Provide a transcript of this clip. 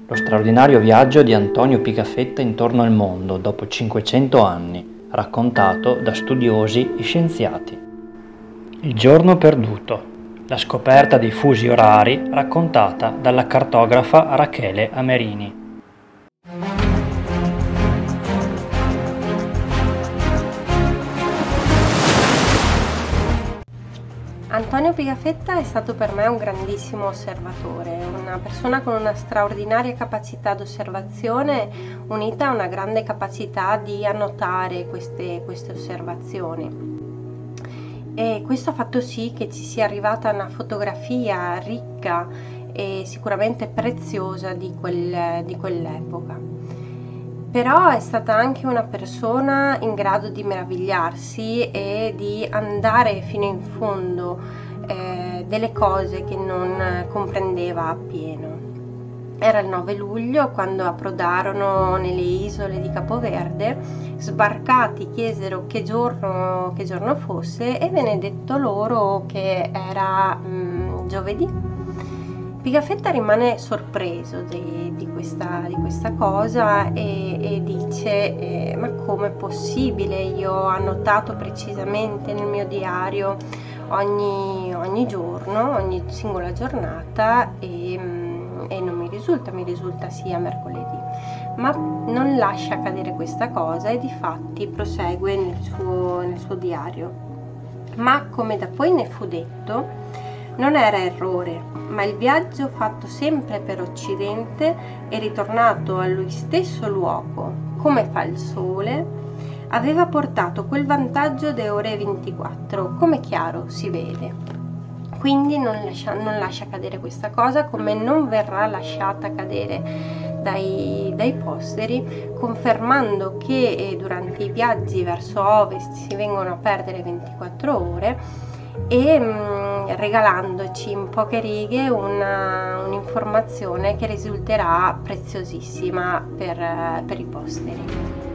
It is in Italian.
Lo straordinario viaggio di Antonio Pigafetta intorno al mondo dopo 500 anni, raccontato da studiosi e scienziati. Il giorno perduto, la scoperta dei fusi orari raccontata dalla cartografa Rachele Amerini. Antonio Pigafetta è stato per me un grandissimo osservatore, una persona con una straordinaria capacità d'osservazione unita a una grande capacità di annotare queste osservazioni. E questo ha fatto sì che ci sia arrivata una fotografia ricca e sicuramente preziosa di quell'epoca. Però è stata anche una persona in grado di meravigliarsi e di andare fino in fondo delle cose che non comprendeva appieno. Era il 9 luglio quando approdarono nelle isole di Capoverde, sbarcati chiesero che giorno fosse e venne detto loro che era giovedì. Pigafetta rimane sorpreso di questa cosa e dice ma com'è possibile? Io ho annotato precisamente nel mio diario ogni giorno, ogni singola giornata e non mi risulta sia mercoledì, ma non lascia cadere questa cosa e difatti prosegue nel suo diario. Ma come da poi ne fu detto, non era errore, ma il viaggio fatto sempre per Occidente e ritornato a lui stesso luogo, come fa il sole, aveva portato quel vantaggio de ore 24, come chiaro si vede. Quindi non lascia cadere questa cosa, come non verrà lasciata cadere dai posteri, confermando che durante i viaggi verso ovest si vengono a perdere 24 ore e regalandoci in poche righe un'informazione che risulterà preziosissima per i posteri.